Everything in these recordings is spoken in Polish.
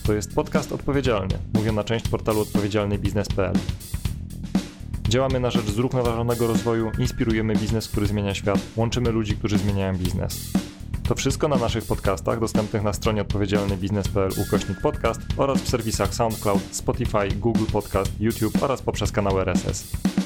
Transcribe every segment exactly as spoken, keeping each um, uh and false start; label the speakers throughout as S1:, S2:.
S1: To jest podcast odpowiedzialny, mówiona część portalu odpowiedzialny biznes kropka p l. Działamy na rzecz zrównoważonego rozwoju, inspirujemy biznes, który zmienia świat, łączymy ludzi, którzy zmieniają biznes. To wszystko na naszych podcastach dostępnych na stronie odpowiedzialnybiznes kropka p l ukośnik podcast oraz w serwisach SoundCloud, Spotify, Google Podcast, YouTube oraz poprzez kanał R S S.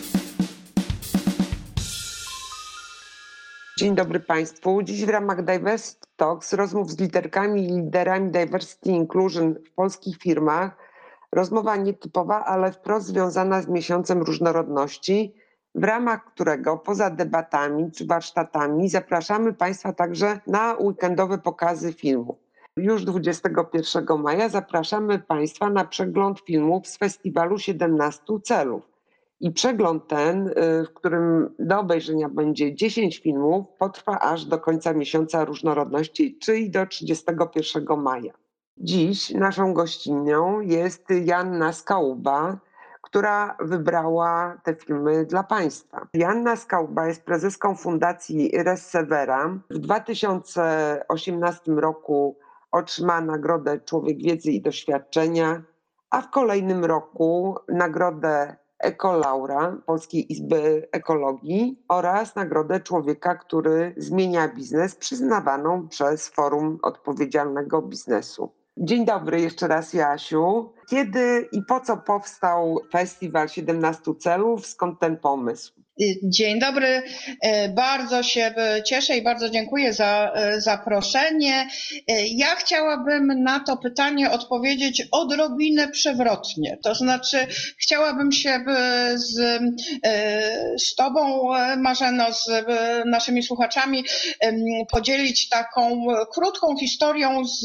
S2: Dzień dobry Państwu. Dziś w ramach Diversity Talks, rozmów z liderkami i liderami Diversity Inclusion w polskich firmach, rozmowa nietypowa, ale wprost związana z miesiącem różnorodności, w ramach którego poza debatami czy warsztatami zapraszamy Państwa także na weekendowe pokazy filmów. Już dwudziestego pierwszego maja zapraszamy Państwa na przegląd filmów z festiwalu siedemnastu celów. I przegląd ten, w którym do obejrzenia będzie dziesięć filmów, potrwa aż do końca miesiąca różnorodności, czyli do trzydziestego pierwszego maja. Dziś naszą gościnią jest Joanna Skałuba, która wybrała te filmy dla Państwa. Joanna Skałuba jest prezeską Fundacji Ressevera. W dwa tysiące osiemnastym roku otrzymała nagrodę Człowiek Wiedzy i Doświadczenia, a w kolejnym roku nagrodę Ekolaura Polskiej Izby Ekologii oraz nagrodę Człowieka, który zmienia biznes, przyznawaną przez Forum Odpowiedzialnego Biznesu. Dzień dobry jeszcze raz, Jasiu. Kiedy i po co powstał Festiwal siedemnastu celów? Skąd ten pomysł?
S3: Dzień dobry, bardzo się cieszę i bardzo dziękuję za zaproszenie. Ja chciałabym na to pytanie odpowiedzieć odrobinę przewrotnie. To znaczy chciałabym się z, z Tobą, Marzeno, z naszymi słuchaczami podzielić taką krótką historią z,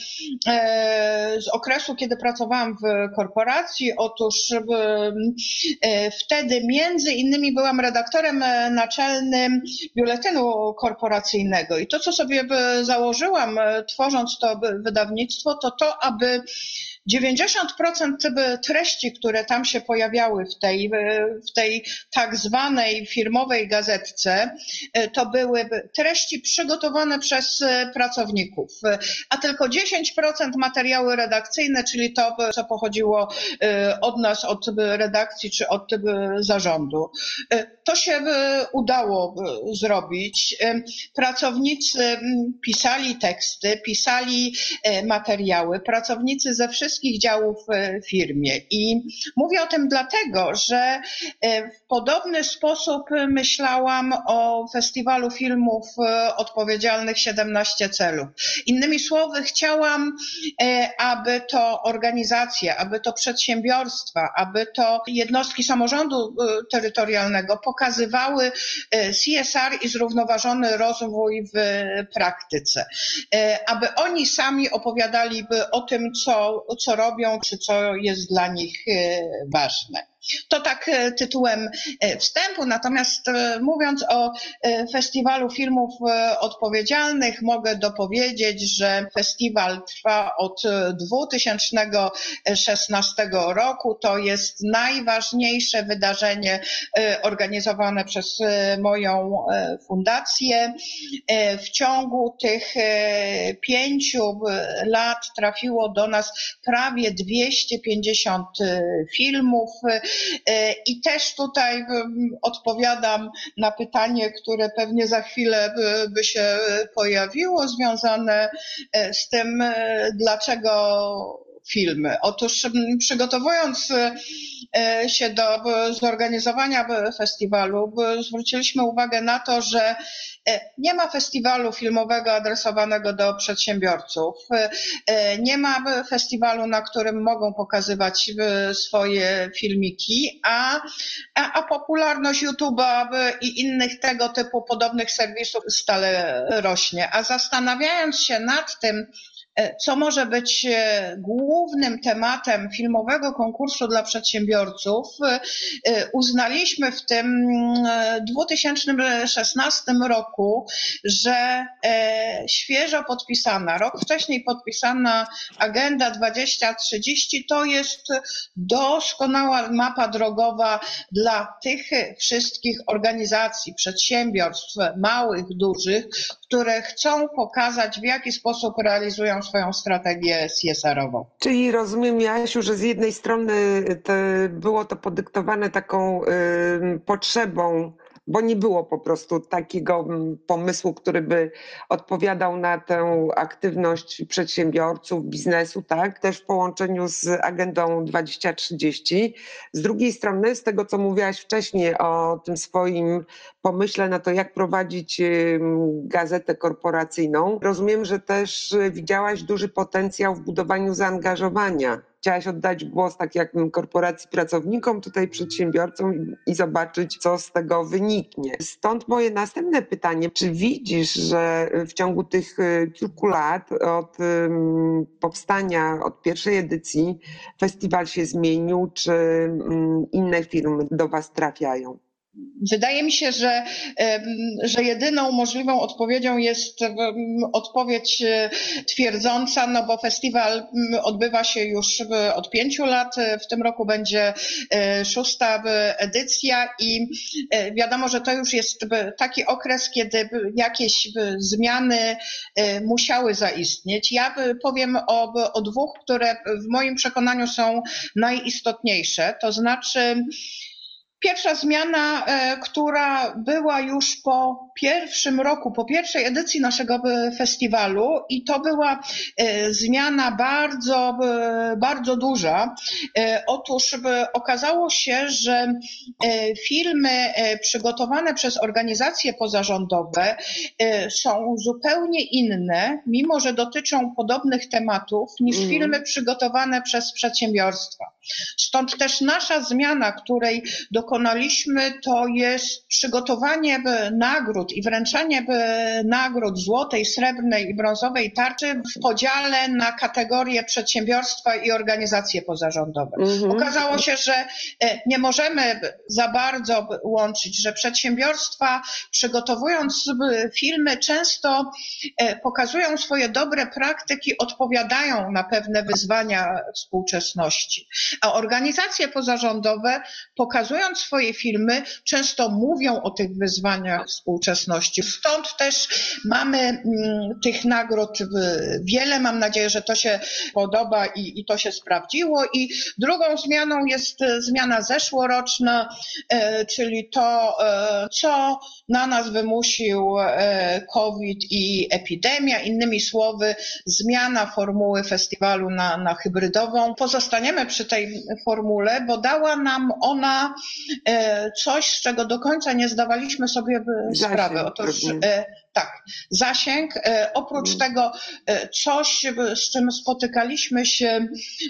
S3: z okresu, kiedy pracowałam w korporacji. Otóż wtedy między innymi byłam redaktorem naczelnym biuletynu korporacyjnego i to, co sobie założyłam, tworząc to wydawnictwo, to to, aby dziewięćdziesiąt procent treści, które tam się pojawiały w tej, w tej tak zwanej firmowej gazetce, to były treści przygotowane przez pracowników, a tylko dziesięć procent materiały redakcyjne, czyli to, co pochodziło od nas, od redakcji czy od zarządu. To się udało zrobić. Pracownicy pisali teksty, pisali materiały, pracownicy ze wszystkich wszystkich działów w firmie. I mówię o tym dlatego, że w podobny sposób myślałam o festiwalu filmów odpowiedzialnych siedemnaście celów. Innymi słowy, chciałam, aby to organizacje, aby to przedsiębiorstwa, aby to jednostki samorządu terytorialnego pokazywały C S R i zrównoważony rozwój w praktyce. Aby oni sami opowiadaliby o tym, co co robią, czy co jest dla nich ważne. To tak tytułem wstępu, natomiast mówiąc o Festiwalu Filmów Odpowiedzialnych, mogę dopowiedzieć, że festiwal trwa od dwa tysiące szesnastego roku. To jest najważniejsze wydarzenie organizowane przez moją fundację. W ciągu tych pięciu lat trafiło do nas prawie dwieście pięćdziesiąt filmów. I też tutaj odpowiadam na pytanie, które pewnie za chwilę by się pojawiło, związane z tym, dlaczego filmy. Otóż przygotowując się do zorganizowania festiwalu, zwróciliśmy uwagę na to, że nie ma festiwalu filmowego adresowanego do przedsiębiorców. Nie ma festiwalu, na którym mogą pokazywać swoje filmiki, a, a, a popularność YouTube'a i innych tego typu podobnych serwisów stale rośnie. A zastanawiając się nad tym, co może być głównym tematem filmowego konkursu dla przedsiębiorców, przedsiębiorców. Uznaliśmy w tym dwa tysiące szesnastym roku, że świeżo podpisana, rok wcześniej podpisana Agenda dwadzieścia trzydzieści to jest doskonała mapa drogowa dla tych wszystkich organizacji, przedsiębiorstw, małych, dużych, które chcą pokazać, w jaki sposób realizują swoją strategię C S R-ową.
S2: Czyli rozumiem, Jasiu, że z jednej strony te, było to podyktowane taką y, potrzebą, bo nie było po prostu takiego pomysłu, który by odpowiadał na tę aktywność przedsiębiorców, biznesu, tak? Też w połączeniu z Agendą dwadzieścia trzydzieści. Z drugiej strony, z tego co mówiłaś wcześniej o tym swoim pomyśle na to, jak prowadzić gazetę korporacyjną, rozumiem, że też widziałaś duży potencjał w budowaniu zaangażowania. Chciałaś oddać głos tak jak korporacji pracownikom, tutaj przedsiębiorcom i zobaczyć, co z tego wyniknie. Stąd moje następne pytanie. Czy widzisz, że w ciągu tych kilku lat od powstania, od pierwszej edycji festiwal się zmienił, czy inne firmy do Was trafiają?
S3: Wydaje mi się, że, że jedyną możliwą odpowiedzią jest odpowiedź twierdząca, no bo festiwal odbywa się już od pięciu lat, w tym roku będzie szósta edycja i wiadomo, że to już jest taki okres, kiedy jakieś zmiany musiały zaistnieć. Ja powiem o, o dwóch, które w moim przekonaniu są najistotniejsze, to znaczy pierwsza zmiana, która była już po pierwszym roku, po pierwszej edycji naszego festiwalu i to była zmiana bardzo, bardzo duża. Otóż okazało się, że filmy przygotowane przez organizacje pozarządowe są zupełnie inne, mimo że dotyczą podobnych tematów niż mm. filmy przygotowane przez przedsiębiorstwa. Stąd też nasza zmiana, której dokonaliśmy, to jest przygotowanie nagród i wręczanie nagród złotej, srebrnej i brązowej tarczy w podziale na kategorie przedsiębiorstwa i organizacje pozarządowe. Mhm. Okazało się, że nie możemy za bardzo łączyć, że przedsiębiorstwa przygotowując filmy często pokazują swoje dobre praktyki, odpowiadają na pewne wyzwania współczesności. A organizacje pozarządowe, pokazując swoje filmy, często mówią o tych wyzwaniach współczesności. Stąd też mamy m, tych nagród wiele. Mam nadzieję, że to się podoba i, i to się sprawdziło. I drugą zmianą jest zmiana zeszłoroczna, e, czyli to, e, co na nas wymusił e, COVID i epidemia. Innymi słowy, zmiana formuły festiwalu na, na hybrydową. Pozostaniemy przy tej formule, bo dała nam ona coś, z czego do końca nie zdawaliśmy sobie sprawy. Otóż tak, zasięg. Oprócz hmm. tego coś, z czym spotykaliśmy się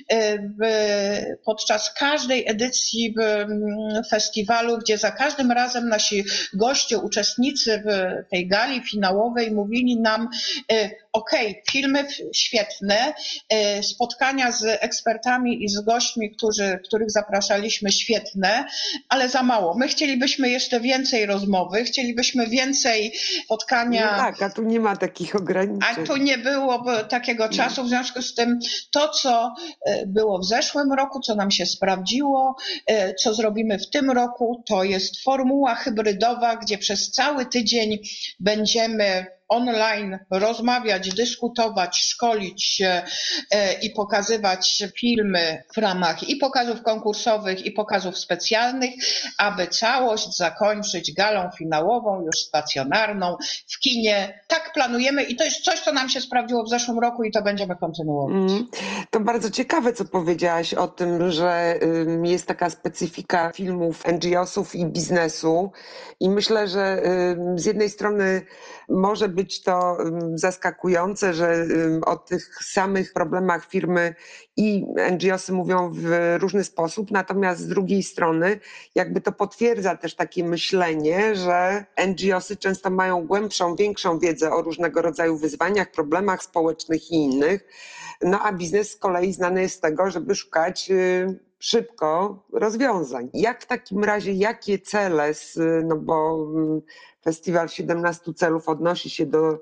S3: podczas każdej edycji festiwalu, gdzie za każdym razem nasi goście, uczestnicy w tej gali finałowej mówili nam: okej, okay, filmy świetne, spotkania z ekspertami i z gośćmi, którzy, których zapraszaliśmy, świetne, ale za mało. My chcielibyśmy jeszcze więcej rozmowy, chcielibyśmy więcej spotkania.
S2: No tak, a tu nie ma takich ograniczeń.
S3: A tu nie było takiego czasu, w związku z tym to, co było w zeszłym roku, co nam się sprawdziło, co zrobimy w tym roku, to jest formuła hybrydowa, gdzie przez cały tydzień będziemy online rozmawiać, dyskutować, szkolić się i pokazywać filmy w ramach i pokazów konkursowych, i pokazów specjalnych, aby całość zakończyć galą finałową, już stacjonarną w kinie. Tak planujemy i to jest coś, co nam się sprawdziło w zeszłym roku i to będziemy kontynuować. Mm,
S2: to bardzo ciekawe, co powiedziałaś o tym, że jest taka specyfika filmów N G O sów i biznesu i myślę, że z jednej strony może być to zaskakujące, że o tych samych problemach firmy i N G O sy mówią w różny sposób, natomiast z drugiej strony jakby to potwierdza też takie myślenie, że N G O sy często mają głębszą, większą wiedzę o różnego rodzaju wyzwaniach, problemach społecznych i innych, no a biznes z kolei znany jest z tego, żeby szukać szybko rozwiązań. Jak w takim razie, jakie cele, z, no bo Festiwal siedemnastu celów odnosi się do y,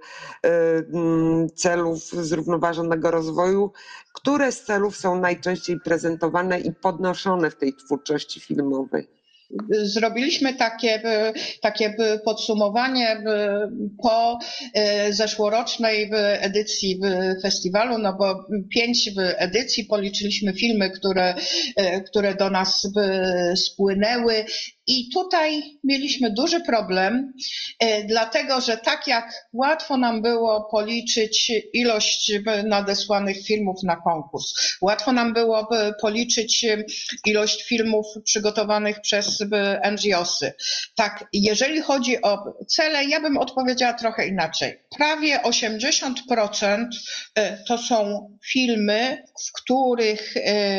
S2: y, celów zrównoważonego rozwoju, które z celów są najczęściej prezentowane i podnoszone w tej twórczości filmowej?
S3: Zrobiliśmy takie, takie podsumowanie po zeszłorocznej edycji festiwalu, no bo pięć edycji policzyliśmy filmy, które, które do nas spłynęły. I tutaj mieliśmy duży problem, dlatego że tak jak łatwo nam było policzyć ilość nadesłanych filmów na konkurs, łatwo nam było policzyć ilość filmów przygotowanych przez en dżi o sy. Tak, jeżeli chodzi o cele, ja bym odpowiedziała trochę inaczej. Prawie osiemdziesiąt procent to są filmy, w których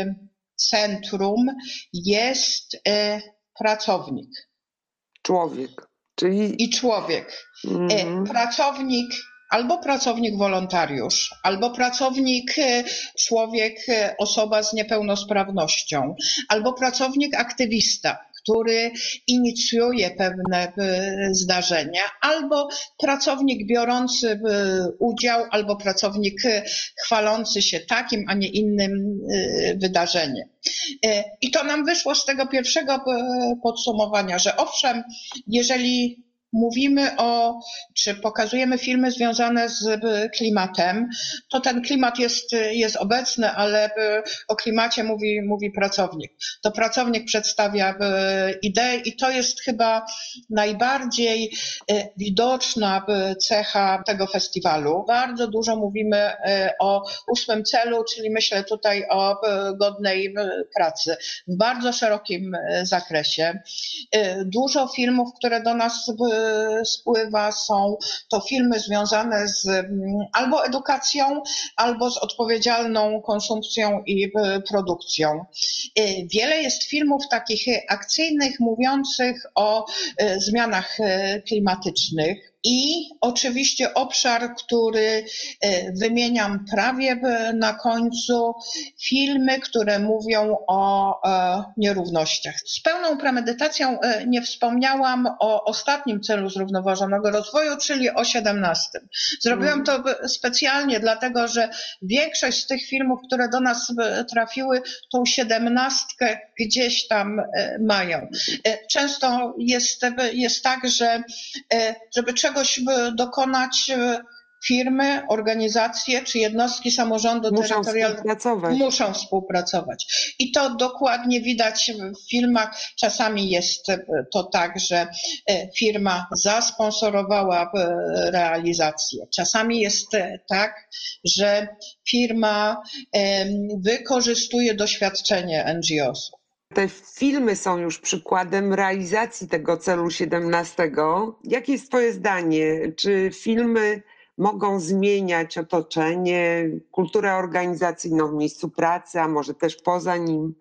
S3: centrum jest pracownik.
S2: Człowiek. Czyli...
S3: I człowiek. Mm. Pracownik, albo pracownik wolontariusz, albo pracownik człowiek, osoba z niepełnosprawnością, albo pracownik aktywista, który inicjuje pewne zdarzenia, albo pracownik biorący udział, albo pracownik chwalący się takim, a nie innym wydarzeniem. I to nam wyszło z tego pierwszego podsumowania, że owszem, jeżeli mówimy o, czy pokazujemy filmy związane z klimatem, to ten klimat jest, jest obecny, ale o klimacie mówi, mówi pracownik. To pracownik przedstawia ideę i to jest chyba najbardziej widoczna cecha tego festiwalu. Bardzo dużo mówimy o ósmym celu, czyli myślę tutaj o godnej pracy w bardzo szerokim zakresie. Dużo filmów, które do nas spływa, są to filmy związane z albo edukacją, albo z odpowiedzialną konsumpcją i produkcją. Wiele jest filmów takich akcyjnych, mówiących o zmianach klimatycznych. I oczywiście obszar, który wymieniam prawie na końcu, filmy, które mówią o nierównościach. Z pełną premedytacją nie wspomniałam o ostatnim celu zrównoważonego rozwoju, czyli o siedemnastym. Zrobiłam to specjalnie, dlatego że większość z tych filmów, które do nas trafiły, tą siedemnastkę gdzieś tam mają. Często jest, jest tak, że żeby czegoś dokonać, firmy, organizacje czy jednostki samorządu
S2: muszą
S3: terytorialnego
S2: współpracować.
S3: muszą współpracować. I to dokładnie widać w filmach. Czasami jest to tak, że firma zasponsorowała realizację. Czasami jest tak, że firma wykorzystuje doświadczenie en dżi o sów.
S2: Te filmy są już przykładem realizacji tego celu siedemnastego. Jakie jest twoje zdanie? Czy filmy mogą zmieniać otoczenie, kulturę organizacyjną w miejscu pracy, a może też poza nim?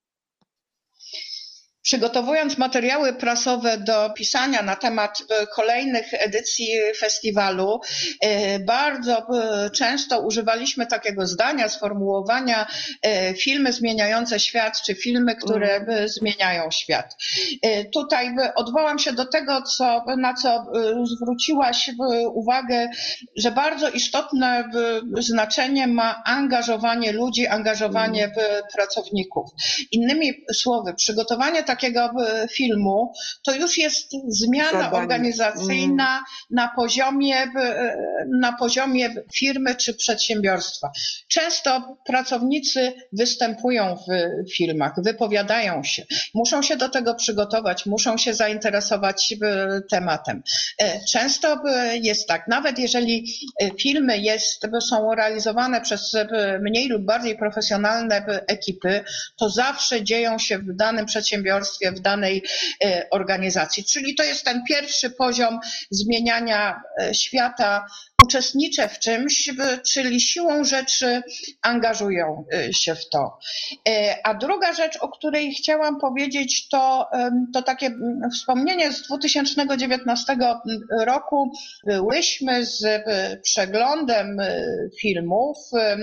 S3: Przygotowując materiały prasowe do pisania na temat kolejnych edycji festiwalu, bardzo często używaliśmy takiego zdania, sformułowania filmy zmieniające świat, czy filmy, które mm. zmieniają świat. Tutaj odwołam się do tego, co, na co zwróciłaś uwagę, że bardzo istotne znaczenie ma angażowanie ludzi, angażowanie mm. pracowników. Innymi słowy, przygotowanie takiego takiego filmu, to już jest zmiana Zadanie. organizacyjna mm. na poziomie, na poziomie firmy czy przedsiębiorstwa. Często pracownicy występują w filmach, wypowiadają się, muszą się do tego przygotować, muszą się zainteresować tematem. Często jest tak, nawet jeżeli filmy jest, są realizowane przez mniej lub bardziej profesjonalne ekipy, to zawsze dzieją się w danym przedsiębiorstwie, w danej organizacji. Czyli to jest ten pierwszy poziom zmieniania świata uczestniczę w czymś, czyli siłą rzeczy angażują się w to. A druga rzecz, o której chciałam powiedzieć, to, to takie wspomnienie z dwa tysiące dziewiętnastego roku. Byłyśmy z przeglądem filmów.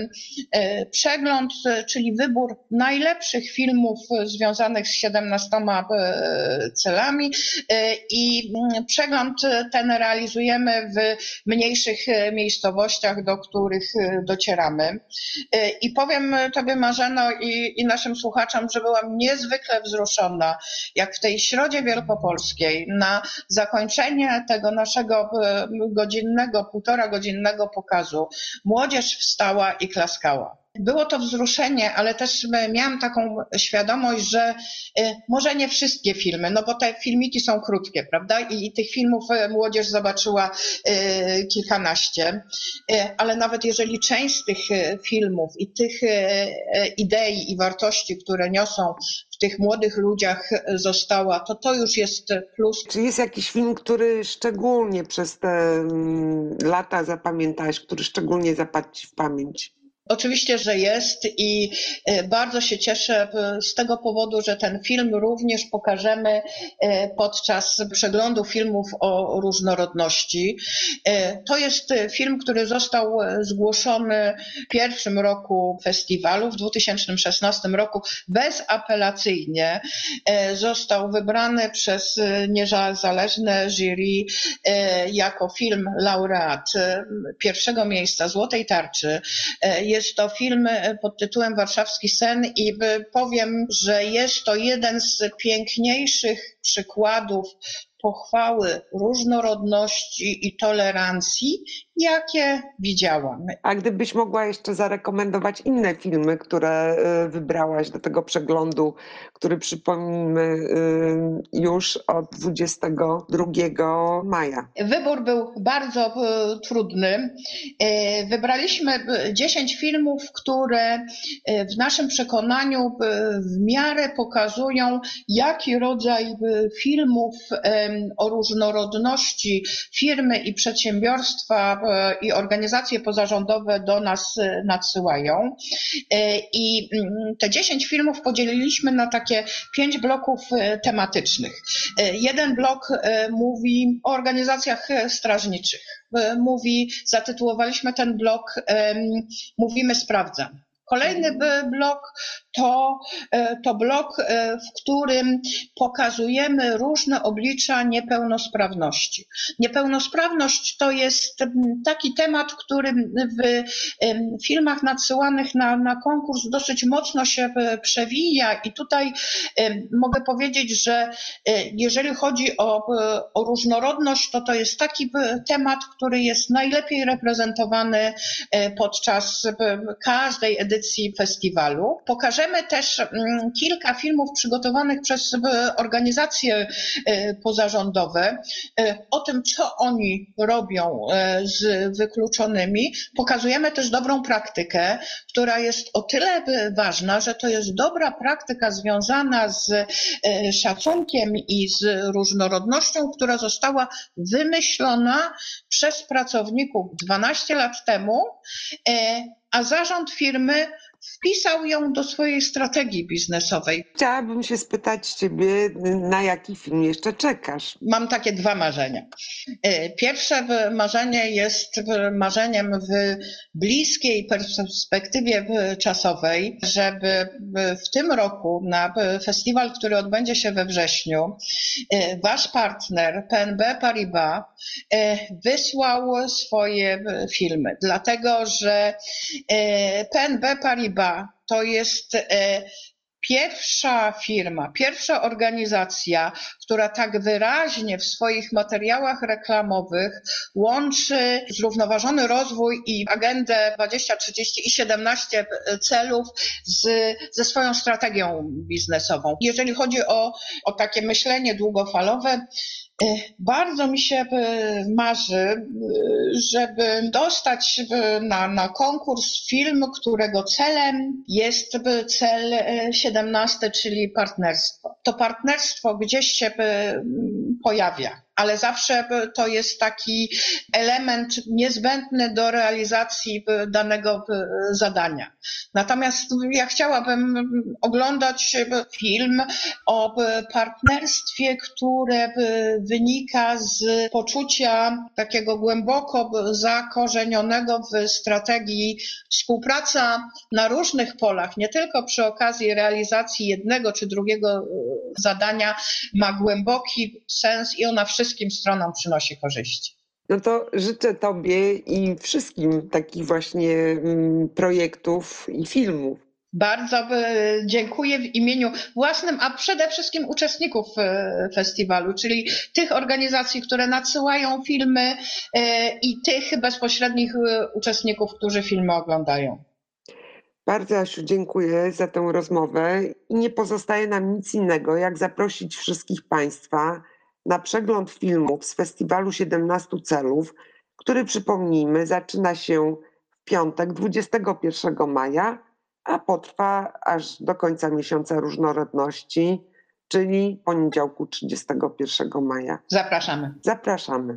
S3: Przegląd, czyli wybór najlepszych filmów związanych z siedemnastoma celami i przegląd ten realizujemy w mniejszych miejscowościach, do których docieramy. I powiem Tobie, Marzeno, i, i naszym słuchaczom, że byłam niezwykle wzruszona, jak w tej Środzie Wielkopolskiej na zakończenie tego naszego godzinnego, półtora godzinnego pokazu młodzież wstała i klaskała. Było to wzruszenie, ale też miałam taką świadomość, że może nie wszystkie filmy, no bo te filmiki są krótkie, prawda? I tych filmów młodzież zobaczyła kilkanaście, ale nawet jeżeli część z tych filmów i tych idei i wartości, które niosą w tych młodych ludziach, została, to to już jest plus.
S2: Czy jest jakiś film, który szczególnie przez te lata zapamiętałeś, który szczególnie zapadł Ci w pamięć?
S3: Oczywiście, że jest i bardzo się cieszę z tego powodu, że ten film również pokażemy podczas przeglądu filmów o różnorodności. To jest film, który został zgłoszony w pierwszym roku festiwalu, w dwa tysiące szesnastym roku bezapelacyjnie. Został wybrany przez niezależne jury jako film laureat pierwszego miejsca Złotej Tarczy. Jest to film pod tytułem Warszawski sen i powiem, że jest to jeden z piękniejszych przykładów pochwały różnorodności i tolerancji, jakie widziałam.
S2: A gdybyś mogła jeszcze zarekomendować inne filmy, które wybrałaś do tego przeglądu, który przypomnijmy już od dwudziestego drugiego maja.
S3: Wybór był bardzo trudny. Wybraliśmy dziesięć filmów, które w naszym przekonaniu w miarę pokazują, jaki rodzaj filmów o różnorodności firmy i przedsiębiorstwa i organizacje pozarządowe do nas nadsyłają. I te dziesięć filmów podzieliliśmy na takie pięć bloków tematycznych. Jeden blok mówi o organizacjach strażniczych. Mówi, zatytułowaliśmy ten blok Mówimy sprawdzam. Kolejny blok to, to blok, w którym pokazujemy różne oblicza niepełnosprawności. Niepełnosprawność to jest taki temat, który w filmach nadsyłanych na, na konkurs dosyć mocno się przewija i tutaj mogę powiedzieć, że jeżeli chodzi o, o różnorodność, to to jest taki temat, który jest najlepiej reprezentowany podczas każdej edycji festiwalu. Pokażemy też kilka filmów przygotowanych przez organizacje pozarządowe o tym, co oni robią z wykluczonymi. Pokazujemy też dobrą praktykę, która jest o tyle ważna, że to jest dobra praktyka związana z szacunkiem i z różnorodnością, która została wymyślona przez pracowników dwanaście lat temu, a zarząd firmy wpisał ją do swojej strategii biznesowej.
S2: Chciałabym się spytać Ciebie, na jaki film jeszcze czekasz?
S3: Mam takie dwa marzenia. Pierwsze marzenie jest marzeniem w bliskiej perspektywie czasowej, żeby w tym roku na festiwal, który odbędzie się we wrześniu, wasz partner P N B Paribas wysłał swoje filmy, dlatego że P N B Paribas to jest pierwsza firma, pierwsza organizacja, która tak wyraźnie w swoich materiałach reklamowych łączy zrównoważony rozwój i agendę dwadzieścia trzydzieści i siedemnaście celów z, ze swoją strategią biznesową. Jeżeli chodzi o, o takie myślenie długofalowe, bardzo mi się marzy, żeby dostać na, na konkurs film, którego celem jest cel siedemnasty, czyli partnerstwo. To partnerstwo gdzieś się pojawia. ale zawsze to jest taki element niezbędny do realizacji danego zadania. Natomiast ja chciałabym oglądać film o partnerstwie, które wynika z poczucia takiego głęboko zakorzenionego w strategii współpraca na różnych polach, nie tylko przy okazji realizacji jednego czy drugiego zadania, ma głęboki sens i ona wszystkim stronom przynosi korzyści.
S2: No to życzę Tobie i wszystkim takich właśnie projektów i filmów.
S3: Bardzo dziękuję w imieniu własnym, a przede wszystkim uczestników festiwalu, czyli tych organizacji, które nadsyłają filmy i tych bezpośrednich uczestników, którzy filmy oglądają.
S2: Bardzo, Asiu, dziękuję za tę rozmowę i nie pozostaje nam nic innego, jak zaprosić wszystkich Państwa na przegląd filmów z Festiwalu siedemnastu celów, który, przypomnijmy, zaczyna się w piątek dwudziestego pierwszego maja, a potrwa aż do końca miesiąca różnorodności, czyli poniedziałku trzydziestego pierwszego maja.
S3: Zapraszamy.
S2: Zapraszamy.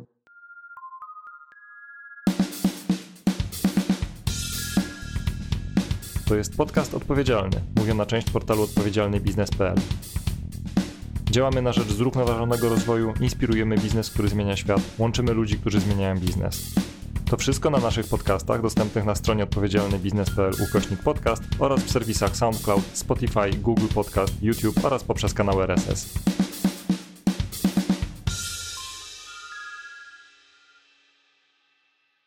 S1: To jest podcast odpowiedzialny, mówiona część portalu odpowiedzialny biznes kropka p l. Działamy na rzecz zrównoważonego rozwoju, inspirujemy biznes, który zmienia świat, łączymy ludzi, którzy zmieniają biznes. To wszystko na naszych podcastach dostępnych na stronie odpowiedzialny biznes kropka p l ukośnik podcast oraz w serwisach SoundCloud, Spotify, Google Podcast, YouTube oraz poprzez kanał R S S.